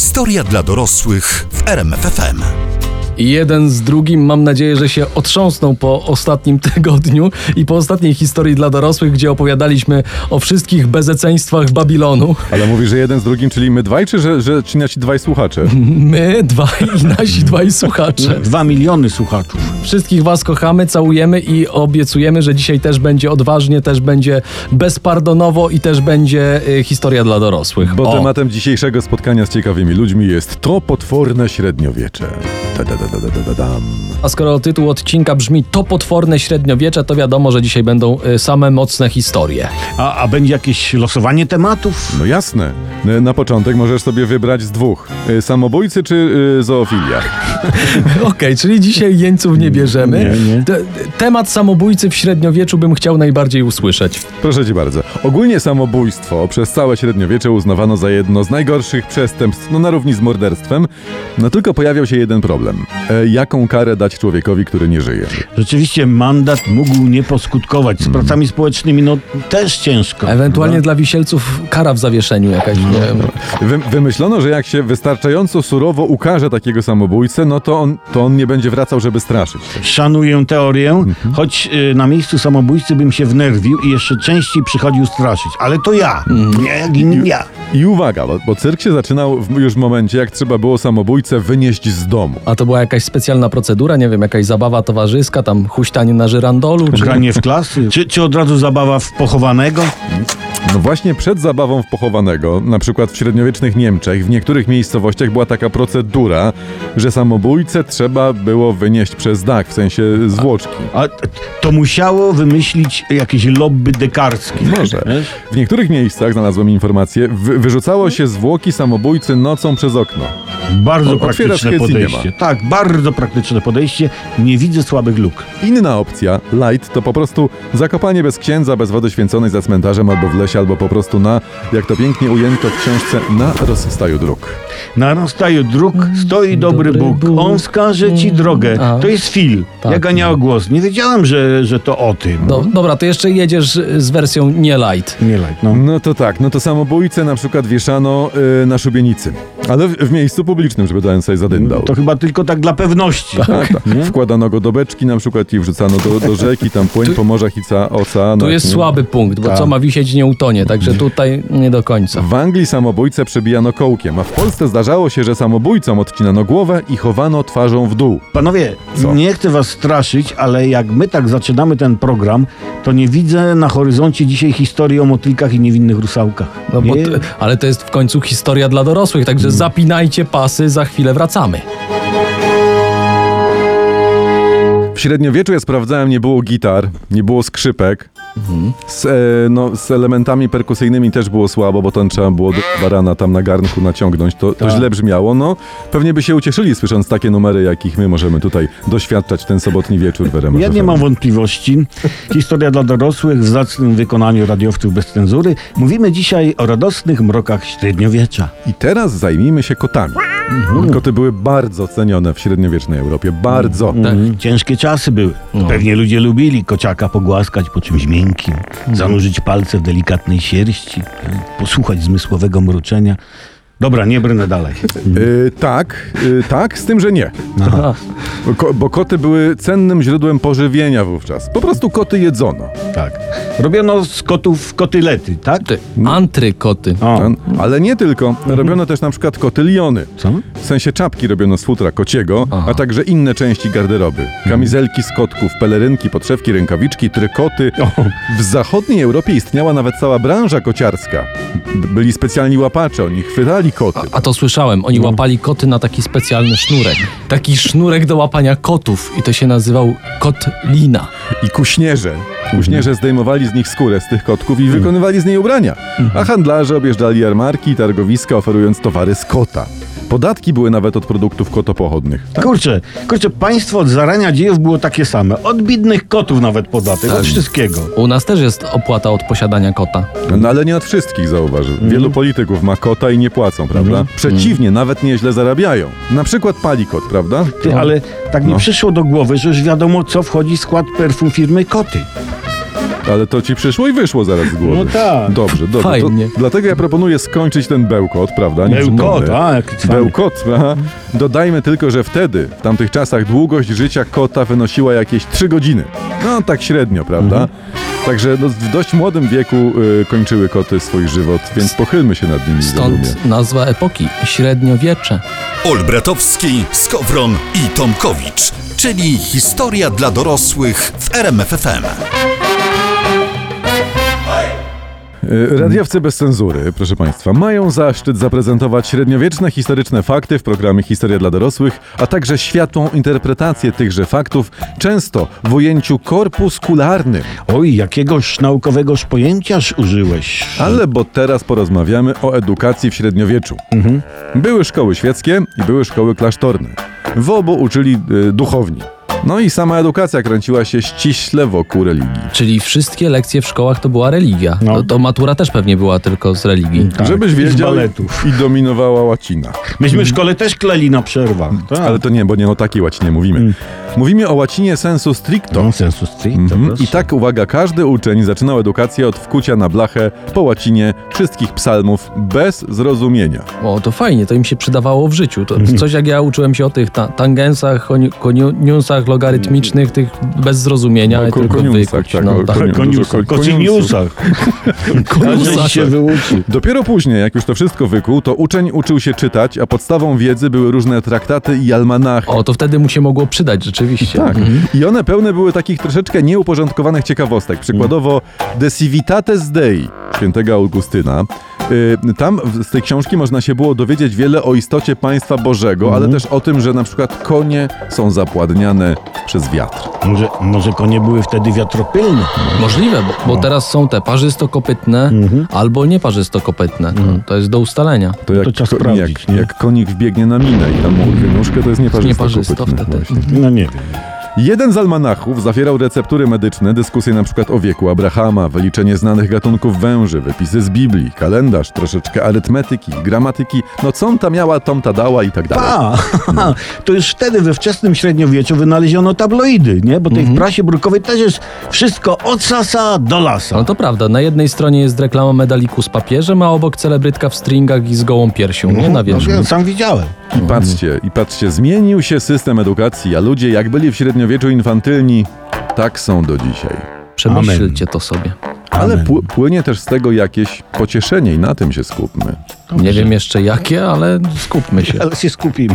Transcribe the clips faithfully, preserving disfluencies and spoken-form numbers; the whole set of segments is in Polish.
Historia dla dorosłych w R M F F M. Jeden z drugim mam nadzieję, że się otrząsną po ostatnim tygodniu i po ostatniej historii dla dorosłych, gdzie opowiadaliśmy o wszystkich bezeceństwach Babilonu. Ale mówisz, że jeden z drugim, czyli my dwaj, czy że, że ci nasi dwaj słuchacze? My dwaj i nasi dwaj słuchacze. Dwa miliony słuchaczów. Wszystkich was kochamy, całujemy i obiecujemy, że dzisiaj też będzie odważnie, też będzie bezpardonowo i też będzie y, historia dla dorosłych. Bo O. tematem dzisiejszego spotkania z ciekawymi ludźmi jest to potworne średniowiecze. Ta, da, da, da, da, da, dam. A skoro tytuł odcinka brzmi To potworne średniowiecze, to wiadomo, że dzisiaj będą y, same mocne historie. A, a będzie jakieś losowanie tematów? No jasne. Na początek możesz sobie wybrać z dwóch. Y, Samobójcy czy y, zoofilia? Okej, okay, czyli dzisiaj jeńców nie bierzemy. Nie, nie. Te, temat samobójcy w średniowieczu bym chciał najbardziej usłyszeć. Proszę cię bardzo. Ogólnie samobójstwo przez całe średniowiecze uznawano za jedno z najgorszych przestępstw, no na równi z morderstwem. No tylko pojawiał się jeden problem. E, jaką karę dać człowiekowi, który nie żyje? Rzeczywiście mandat mógł nie poskutkować. Z pracami społecznymi no też ciężko. Ewentualnie No. dla wisielców kara w zawieszeniu jakaś. Nie wiem. Wy, wymyślono, że jak się wystarczająco surowo ukarze takiego samobójcę, no to on, to on nie będzie wracał, żeby straszyć. Szanuję teorię, Mhm. choć y, na miejscu samobójcy bym się wnerwił i jeszcze częściej przychodził straszyć. Ale to ja, Mhm. nie jak inni ja. I uwaga, bo, bo cyrk się zaczynał w, już w momencie, jak trzeba było samobójcę wynieść z domu. A to była jakaś specjalna procedura, nie wiem, jakaś zabawa towarzyska, tam huśtanie na żyrandolu? Czy... Granie w klasy? Czy, czy od razu zabawa w pochowanego? No właśnie przed zabawą w pochowanego, na przykład w średniowiecznych Niemczech, w niektórych miejscowościach była taka procedura, że samobójcę trzeba było wynieść przez dach, w sensie zwłoczki. A t- to musiało wymyślić jakieś lobby dekarskie. Może. Wiesz? W niektórych miejscach, znalazłem informację, wy- wyrzucało się zwłoki samobójcy nocą przez okno. Bardzo O, otwierasz praktyczne hyc i nie podejście. Tak, bardzo praktyczne podejście. Nie widzę słabych luk. Inna opcja, light, to po prostu zakopanie bez księdza, bez wody święconej za cmentarzem albo w lesie, albo po prostu na, jak to pięknie ujęto w książce, na rozstaju dróg. Na rozstaju dróg stoi dobry, Dobry Bóg. Bóg. On wskaże ci drogę. A. To jest Phil. Tak. Ja ganiał głos. Nie wiedziałem, że, że to o tym. Do, dobra, to jeszcze jedziesz z wersją nie light. Nie lajt, no. No to tak, no to samobójcę na przykład wieszano y, na szubienicy, ale w, w miejscu publicznym, żeby ten sobie zadyndał. To chyba tylko tak dla pewności. Tak, tak. Nie? Wkładano go do beczki na przykład i wrzucano do, do rzeki, tam płyń po morzach i ca, oceanach. Tu jest nie? słaby punkt, bo Tak. co ma wisieć nie utonie, także tutaj nie do końca. W Anglii samobójcę przebijano kołkiem, a w Polsce zdarzało się, że samobójcom odcinano głowę i chowano twarzą w dół. Panowie, Co? nie chcę was straszyć, ale jak my tak zaczynamy ten program, to nie widzę na horyzoncie dzisiaj historii o motylkach i niewinnych rusałkach. No bo Nie? t- ale to jest w końcu historia dla dorosłych, także zapinajcie pasy, za chwilę wracamy. W średniowieczu, ja sprawdzałem, nie było gitar, nie było skrzypek. Z, e, no, z elementami perkusyjnymi też było słabo, bo to trzeba było do barana tam na garnku naciągnąć. To, to Tak. źle brzmiało. No, pewnie by się ucieszyli, słysząc takie numery, jakich my możemy tutaj doświadczać w ten sobotni wieczór w R M F F M. Ja nie mam wątpliwości. Historia dla dorosłych w zacnym wykonaniu radiowców bez cenzury. Mówimy dzisiaj o radosnych mrokach średniowiecza. I teraz zajmijmy się kotami. Koty były bardzo cenione w średniowiecznej Europie. Bardzo. Mhm. Ciężkie czasy były. Pewnie ludzie lubili kociaka pogłaskać po czymś miękkim, zanurzyć palce w delikatnej sierści, posłuchać zmysłowego mruczenia. Dobra, nie brnę dalej. Y, tak, y, tak, z tym, że nie. Aha, Bo, ko- bo koty były cennym źródłem pożywienia wówczas. Po prostu koty jedzono. tak. Robiono z kotów kotylety, tak? Ty, antrykoty. O, An- Ale nie tylko. Robiono też na przykład koty liony. co? W sensie czapki robiono z futra kociego, a także inne części garderoby. Kamizelki z kotków, pelerynki, podszewki, rękawiczki, trykoty. W zachodniej Europie istniała nawet cała branża kociarska. B- byli specjalni łapacze, oni chwytali koty. A to słyszałem, oni łapali koty na taki specjalny sznurek. Taki sznurek do łapania kotów i to się nazywał kotlina. I kuśnierze. Kuśnierze zdejmowali z nich skórę z tych kotków i wykonywali z niej ubrania. A handlarze objeżdżali jarmarki i targowiska, oferując towary z kota. Podatki były nawet od produktów kotopochodnych. Kurczę, kurczę, państwo od zarania dziejów było takie same. Od bidnych kotów nawet podatek, od wszystkiego. U nas też jest opłata od posiadania kota. No ale nie od wszystkich, zauważył. Wielu polityków ma kota i nie płacą, prawda? Przeciwnie, nawet nieźle zarabiają. Na przykład pali kot, prawda? Ty, ale tak mi No. przyszło do głowy, że już wiadomo, co wchodzi w skład perfum firmy Koty. Ale to ci przyszło i wyszło zaraz z głowy. No tak. Dobrze, dobrze. Fajnie. To, dlatego ja proponuję skończyć ten bełkot, prawda? Nie Bełkot, przypomnę. a jaki cwany. Bełkot, aha. Dodajmy tylko, że wtedy, w tamtych czasach, długość życia kota wynosiła jakieś trzy godziny. No tak średnio, prawda? Także no, w dość młodym wieku y, kończyły koty swój żywot, więc pochylmy się nad nimi. zadumie. Stąd nazwa epoki średniowiecze. Olbratowski, Skowron i Tomkowicz, czyli historia dla dorosłych w R M F F M. Y, Radiowcy bez cenzury, proszę Państwa, mają zaszczyt zaprezentować średniowieczne historyczne fakty w programie Historia dla dorosłych, a także światłą interpretację tychże faktów, często w ujęciu korpuskularnym. Oj, jakiegoś naukowegoż pojęciaż użyłeś. Ale bo teraz porozmawiamy o edukacji w średniowieczu. Były szkoły świeckie i były szkoły klasztorne. W obu uczyli y, duchowni. No i sama edukacja kręciła się ściśle wokół religii. Czyli wszystkie lekcje w szkołach to była religia. No. To, to matura też pewnie była tylko z religii. Tak, Żebyś i z wiedział, baletów. i dominowała łacina. Myśmy w szkole też kleli na przerwach. Tak. Ale to nie, bo nie o takiej łacinie mówimy. Mówimy o łacinie sensu stricto. No, sensu stricto, Mhm. proszę. I tak, uwaga, każdy uczeń zaczynał edukację od wkucia na blachę po łacinie wszystkich psalmów bez zrozumienia. O, to fajnie, to im się przydawało w życiu. To coś jak ja uczyłem się o tych ta tangensach, koni- koniusach logarytmicznych, tych bez zrozumienia, No, i ko- tylko koniusach, wykuć. tak, No, o- tak. koniu- Koniusach, dużo ko- kociniusach. Koniusach. Każdy się wyuczy. Dopiero później, jak już to wszystko wykuł, to uczeń uczył się czytać, a podstawą wiedzy były różne traktaty i almanachy. O, to wtedy mu się mogło przydać rzeczywiście. Tak. I one pełne były takich troszeczkę nieuporządkowanych ciekawostek. Przykładowo De Civitatis Dei świętego Augustyna. Y, Tam w- z tej książki można się było dowiedzieć wiele o istocie państwa Bożego, ale też o tym, że na przykład konie są zapładniane przez wiatr. Może, może konie były wtedy wiatropylne. Możliwe, bo, bo teraz są te parzystokopytne albo nieparzystokopytne. To, to jest do ustalenia. To jak, to trzeba ko- sprawdzić, jak, nie? jak konik wbiegnie na minę i tam mu urwie nóżkę, to jest nieparzysto Nieparzysto kopytne wtedy. właśnie. No nie wiem. Jeden z almanachów zawierał receptury medyczne, dyskusje na przykład o wieku Abrahama, wyliczenie znanych gatunków węży, wypisy z Biblii, kalendarz, troszeczkę arytmetyki, gramatyki, no com ta miała, tom ta dała i tak dalej. A, to już wtedy we wczesnym średniowieczu wynaleziono tabloidy, nie? Bo tej w prasie brukowej też jest wszystko od sasa do lasa. No to prawda, na jednej stronie jest reklama medaliku z papieżem, a obok celebrytka w stringach i z gołą piersią, nie? Na wierzchu. No, ja sam widziałem. I patrzcie, i patrzcie, zmienił się system edukacji, a ludzie jak byli w średniowieczu infantylni, tak są do dzisiaj. Przemyślcie to sobie. Ale Amen. pł- płynie też z tego jakieś pocieszenie i na tym się skupmy. Nie wiem jeszcze jakie, ale skupmy się. Ale się skupimy.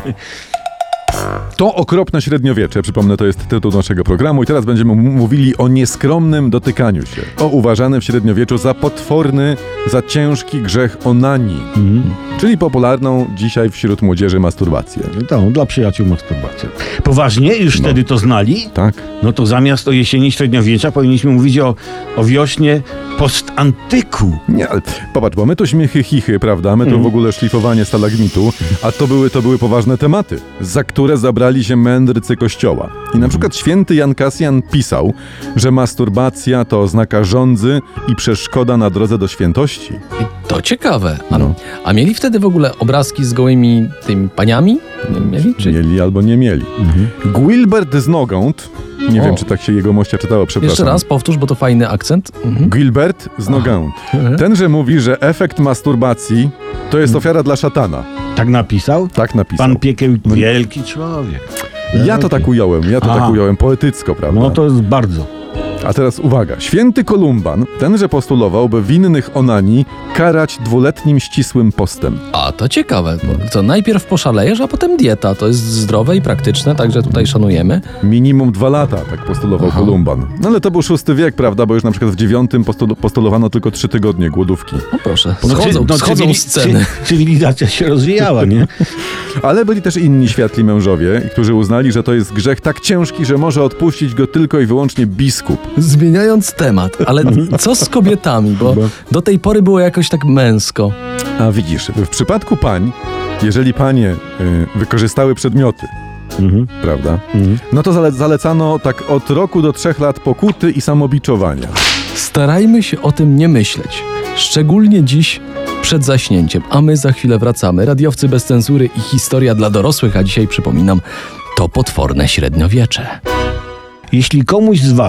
To okropne średniowiecze, przypomnę, to jest tytuł naszego programu i teraz będziemy m- mówili o nieskromnym dotykaniu się. O uważanym w średniowieczu za potworny, za ciężki grzech onanii, czyli popularną dzisiaj wśród młodzieży masturbację. To, dla przyjaciół masturbacja. Poważnie? Już wtedy to znali? Tak? No to zamiast o jesieni średniowiecza powinniśmy mówić o, o wiośnie postantyku. Nie, ale popatrz, bo my to śmiechy chichy, prawda? My to w ogóle szlifowanie stalagmitu, a to były, to były poważne tematy, za które zabrali się mędrcy Kościoła. I na przykład święty Jan Kasjan pisał, że masturbacja to oznaka żądzy i przeszkoda na drodze do świętości. I to ciekawe. A, No. a mieli wtedy w ogóle obrazki z gołymi tymi paniami? Nie mieli? Czy... Mieli albo nie mieli. Gilbert z Nogąd, nie O. wiem, czy tak się jego mościa czytało, przepraszam. Jeszcze raz powtórz, bo to fajny akcent. Mhm. Gilbert z Nogąd. Tenże mówi, że efekt masturbacji to jest ofiara dla szatana. Tak napisał? Tak napisał. Pan Piekieł, wielki człowiek. Ja to tak ująłem, ja to Aha. tak ująłem poetycko, prawda? No to jest bardzo. A teraz uwaga. Święty Kolumban, tenże postulował, by winnych onanii karać dwuletnim ścisłym postem. A, to ciekawe. Bo co, najpierw poszalejesz, a potem dieta. To jest zdrowe i praktyczne, także tutaj szanujemy. Minimum dwa lata, tak postulował Kolumban. No ale to był szósty wiek, prawda? Bo już na przykład w dziewiątym postul- postulowano tylko trzy tygodnie głodówki. No proszę, No, schodzą, no, schodzą cywili- sceny. cy- Cywilizacja się rozwijała, nie? Ale byli też inni światli mężowie, którzy uznali, że to jest grzech tak ciężki, że może odpuścić go tylko i wyłącznie biskup. Zmieniając temat, ale co z kobietami? Bo do tej pory było jakoś tak męsko. A widzisz, w przypadku pań, jeżeli panie y, wykorzystały przedmioty, Mhm. prawda, no to zale- zalecano tak od roku do trzech lat pokuty i samobiczowania. Starajmy się o tym nie myśleć. Szczególnie dziś przed zaśnięciem. A my za chwilę wracamy. Radiowcy bez cenzury i historia dla dorosłych, a dzisiaj przypominam, to potworne średniowiecze. Jeśli komuś z was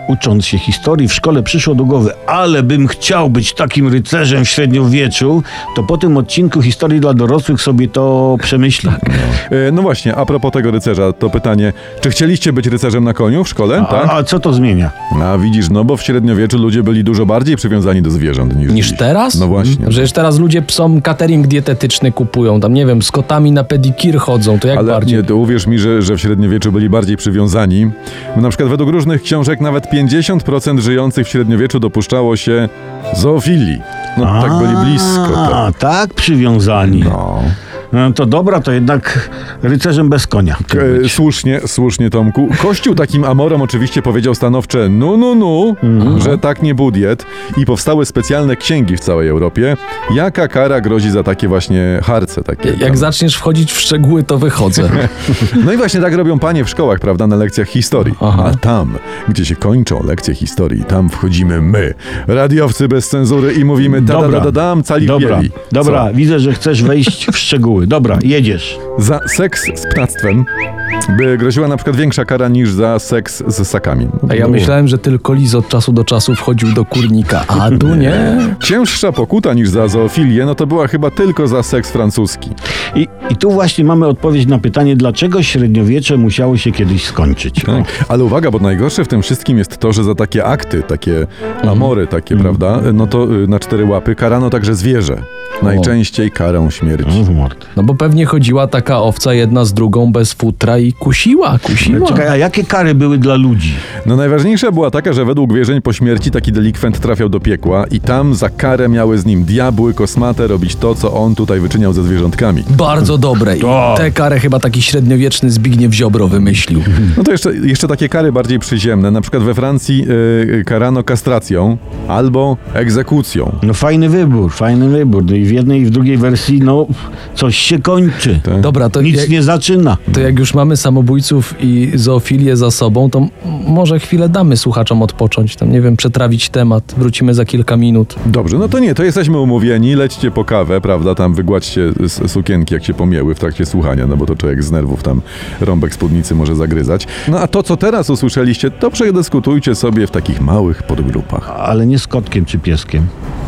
ucząc się historii w szkole przyszło do głowy, ale bym chciał być takim rycerzem w średniowieczu, to po tym odcinku historii dla dorosłych sobie to przemyśli. E, No właśnie, a propos tego rycerza, to pytanie, czy chcieliście być rycerzem na koniu w szkole? A, a co to zmienia? A widzisz, no bo w średniowieczu ludzie byli dużo bardziej przywiązani do zwierząt niż Niż dziś. teraz? No właśnie. Przecież teraz ludzie psom catering dietetyczny kupują, tam nie wiem, z kotami na pedikir chodzą, to jak Ale bardziej? nie, to uwierz mi, że, że w średniowieczu byli bardziej przywiązani. Na przykład według różnych książek nawet pięćdziesiąt procent żyjących w średniowieczu dopuszczało się zoofilii. No tak byli blisko. A, Tak. tak przywiązani. No. No to dobra, to jednak rycerzem bez konia. K- e, słusznie, słusznie, Tomku. Kościół takim amorom oczywiście powiedział stanowcze no, no, no, że tak nie budiet i powstały specjalne księgi w całej Europie. Jaka kara grozi za takie właśnie harce? Takie Jak tam. zaczniesz wchodzić w szczegóły, to wychodzę. No i właśnie tak robią panie w szkołach, prawda, na lekcjach historii. Aha. A tam, gdzie się kończą lekcje historii, tam wchodzimy my, radiowcy bez cenzury i mówimy da da da da dam, cali dobra, bieli. dobra, Co? widzę, że chcesz wejść w szczegóły. Dobra, jedziesz. Za seks z ptactwem by groziła na przykład większa kara niż za seks z ssakami. No, A ja no. myślałem, że tylko Liz od czasu do czasu wchodził do kurnika, a tu nie. Cięższa pokuta niż za zoofilię, no to była chyba tylko za seks francuski. I, I tu właśnie mamy odpowiedź na pytanie, dlaczego średniowiecze musiało się kiedyś skończyć. O. Tak. Ale uwaga, bo najgorsze w tym wszystkim jest to, że za takie akty, takie amory, takie, prawda, no to y, na cztery łapy karano także zwierzę. Najczęściej karą śmierci. No, w mord. No bo pewnie chodziła taka owca jedna z drugą bez futra i kusiła, kusiła. Czekaj, a jakie kary były dla ludzi? No najważniejsza była taka, że według wierzeń po śmierci taki delikwent trafiał do piekła i tam za karę miały z nim diabły kosmate robić to, co on tutaj wyczyniał ze zwierzątkami. Bardzo dobre. I To. tę karę chyba taki średniowieczny Zbigniew Ziobro wymyślił. No to jeszcze, jeszcze takie kary bardziej przyziemne. Na przykład we Francji y, karano kastracją albo egzekucją. No fajny wybór, fajny wybór. No i w jednej i w drugiej wersji, no coś się kończy. Tak. Dobra, to Nic jak, nie zaczyna. to jak już mamy samobójców i zoofilię za sobą, to m- może chwilę damy słuchaczom odpocząć. Tam, nie wiem, przetrawić temat. Wrócimy za kilka minut. Dobrze, no to nie, to jesteśmy umówieni, lećcie po kawę, prawda, tam wygładźcie s- sukienki, jak się pomięły w trakcie słuchania, no bo to człowiek z nerwów tam rąbek spódnicy może zagryzać. No a to, co teraz usłyszeliście, to przedyskutujcie sobie w takich małych podgrupach. Ale nie z kotkiem czy pieskiem.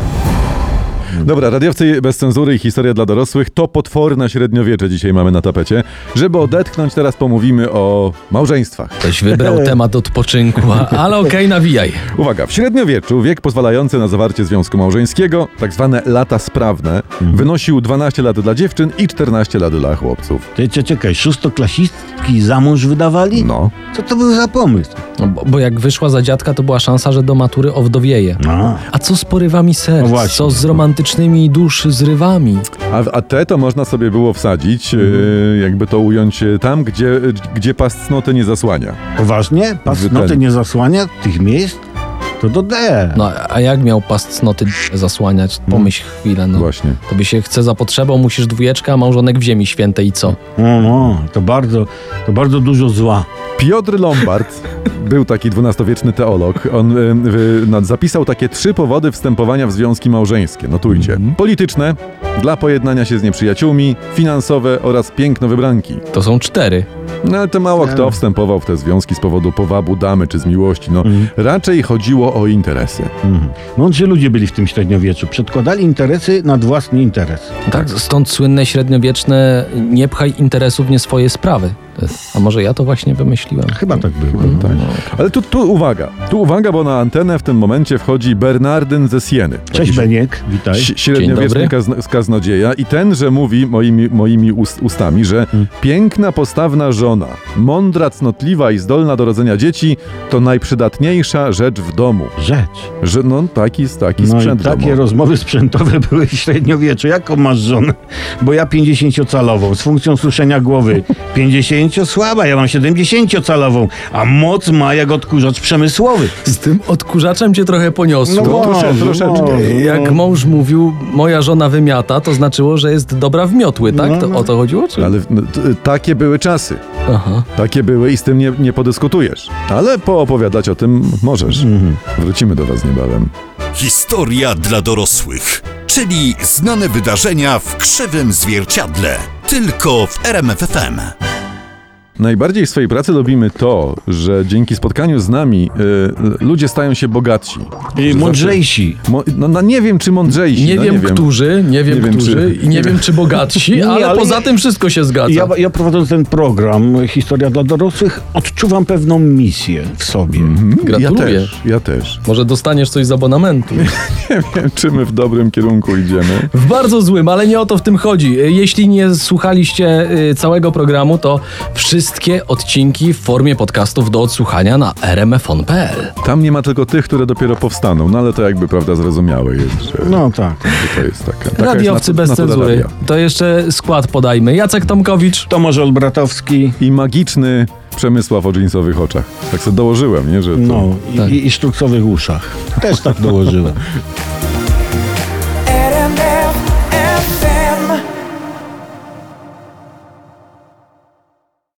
Dobra, radiowcy bez cenzury i historia dla dorosłych to potworne średniowiecze dzisiaj mamy na tapecie. Żeby odetchnąć, teraz pomówimy o małżeństwach. Ktoś wybrał temat odpoczynku, a- ale okej, nawijaj. Uwaga, w średniowieczu wiek pozwalający na zawarcie związku małżeńskiego, tak zwane lata sprawne, wynosił dwanaście lat dla dziewczyn i czternaście lat dla chłopców. Ty, ty, czekaj, szóstoklasistki za mąż wydawali? No. Co to był za pomysł? No, bo, bo jak wyszła za dziadka, to była szansa, że do matury owdowieje. A, A co z porywami serc? No właśnie. Co z romantycznymi dusz zrywami? A, a te to można sobie było wsadzić, e, jakby to ująć, e, tam, gdzie, gdzie pas cnoty nie zasłania. poważnie? Pas Że cnoty ten- nie zasłania tych miejsc? To do D. No, a jak miał pas cnoty zasłaniać? Pomyśl chwilę, no. Właśnie. Tobie się chce za potrzebą, musisz dwójeczkę, a małżonek w ziemi świętej i co? No, no, to bardzo, to bardzo dużo zła. Piotr Lombard był taki dwunastowieczny teolog. On y, y, no, zapisał takie trzy powody wstępowania w związki małżeńskie. Notujcie. Polityczne, dla pojednania się z nieprzyjaciółmi, finansowe oraz piękno wybranki. To są cztery. No ale to mało kto wstępował w te związki z powodu powabu damy czy z miłości. No, raczej chodziło o interesy. Mhm. Mądrzy ludzie byli w tym średniowieczu. Przedkładali interesy nad własny interes. Tak, stąd słynne średniowieczne nie pchaj interesów, nie swoje sprawy. A może ja to właśnie wymyśliłem? Chyba tak było. Tak. Ale tu, tu uwaga, tu uwaga, bo na antenę w tym momencie wchodzi Bernardyn ze Sieny. Cześć Beniek, witaj. Ś- średniowieczny Dzień kazno, kaznodzieja i ten, że mówi moimi, moimi ust, ustami, że piękna, postawna żona, mądra, cnotliwa i zdolna do rodzenia dzieci to najprzydatniejsza rzecz w domu. Rzecz. Że no taki, taki No i sprzęt takie domowy. rozmowy sprzętowe były w średniowieczu. Jaką masz żonę? Bo ja pięćdziesięciocalową, z funkcją słyszenia głowy. pięćdziesięcio słaba, ja mam siedemdziesięciocalową, a moc ma jak odkurzacz przemysłowy. Z tym odkurzaczem cię trochę poniosło. No, trosze- może, troszeczkę. może, Jak no. mąż mówił, moja żona wymiata, to znaczyło, że jest dobra w miotły, tak? No, To, no. o to chodziło? Czy? Ale no, t- takie były czasy. Aha. Takie były i z tym nie, nie podyskutujesz. Ale poopowiadać o tym możesz. Mhm. Wrócimy do was niebawem. Historia dla dorosłych, czyli znane wydarzenia w krzywym zwierciadle. Tylko w R M F F M. Najbardziej w swojej pracy lubimy to, że dzięki spotkaniu z nami y, ludzie stają się bogatsi. I Że mądrzejsi. Mo, no, no nie wiem, czy mądrzejsi. Nie no, wiem, nie wiem. którzy, nie wiem, Nie wiem, którzy czy- i nie wiem, czy bogatsi, Nie, ale, ale poza ja- tym wszystko się zgadza. Ja, ja prowadząc ten program Historia dla dorosłych odczuwam pewną misję w sobie. Mhm. Ja Gratuluję. też, ja też. Może dostaniesz coś z abonamentu. Nie wiem, czy my w dobrym kierunku idziemy. W bardzo złym, ale nie o to w tym chodzi. Jeśli nie słuchaliście y, całego programu, to wszystkie odcinki w formie podcastów do odsłuchania na r m f on kropka p l. Tam nie ma tylko tych, które dopiero powstaną, no ale to jakby, prawda, zrozumiałe jest, że, No tak. że to jest taka... taka Radiowcy jest bez natura cenzury. radia. To jeszcze skład podajmy. Jacek Tomkowicz. Tomasz Olbratowski. I magiczny Przemysław o dżinsowych oczach. Tak sobie dołożyłem, nie, że to... No i, Tak. i, i sztuksowych uszach. Też tak dołożyłem.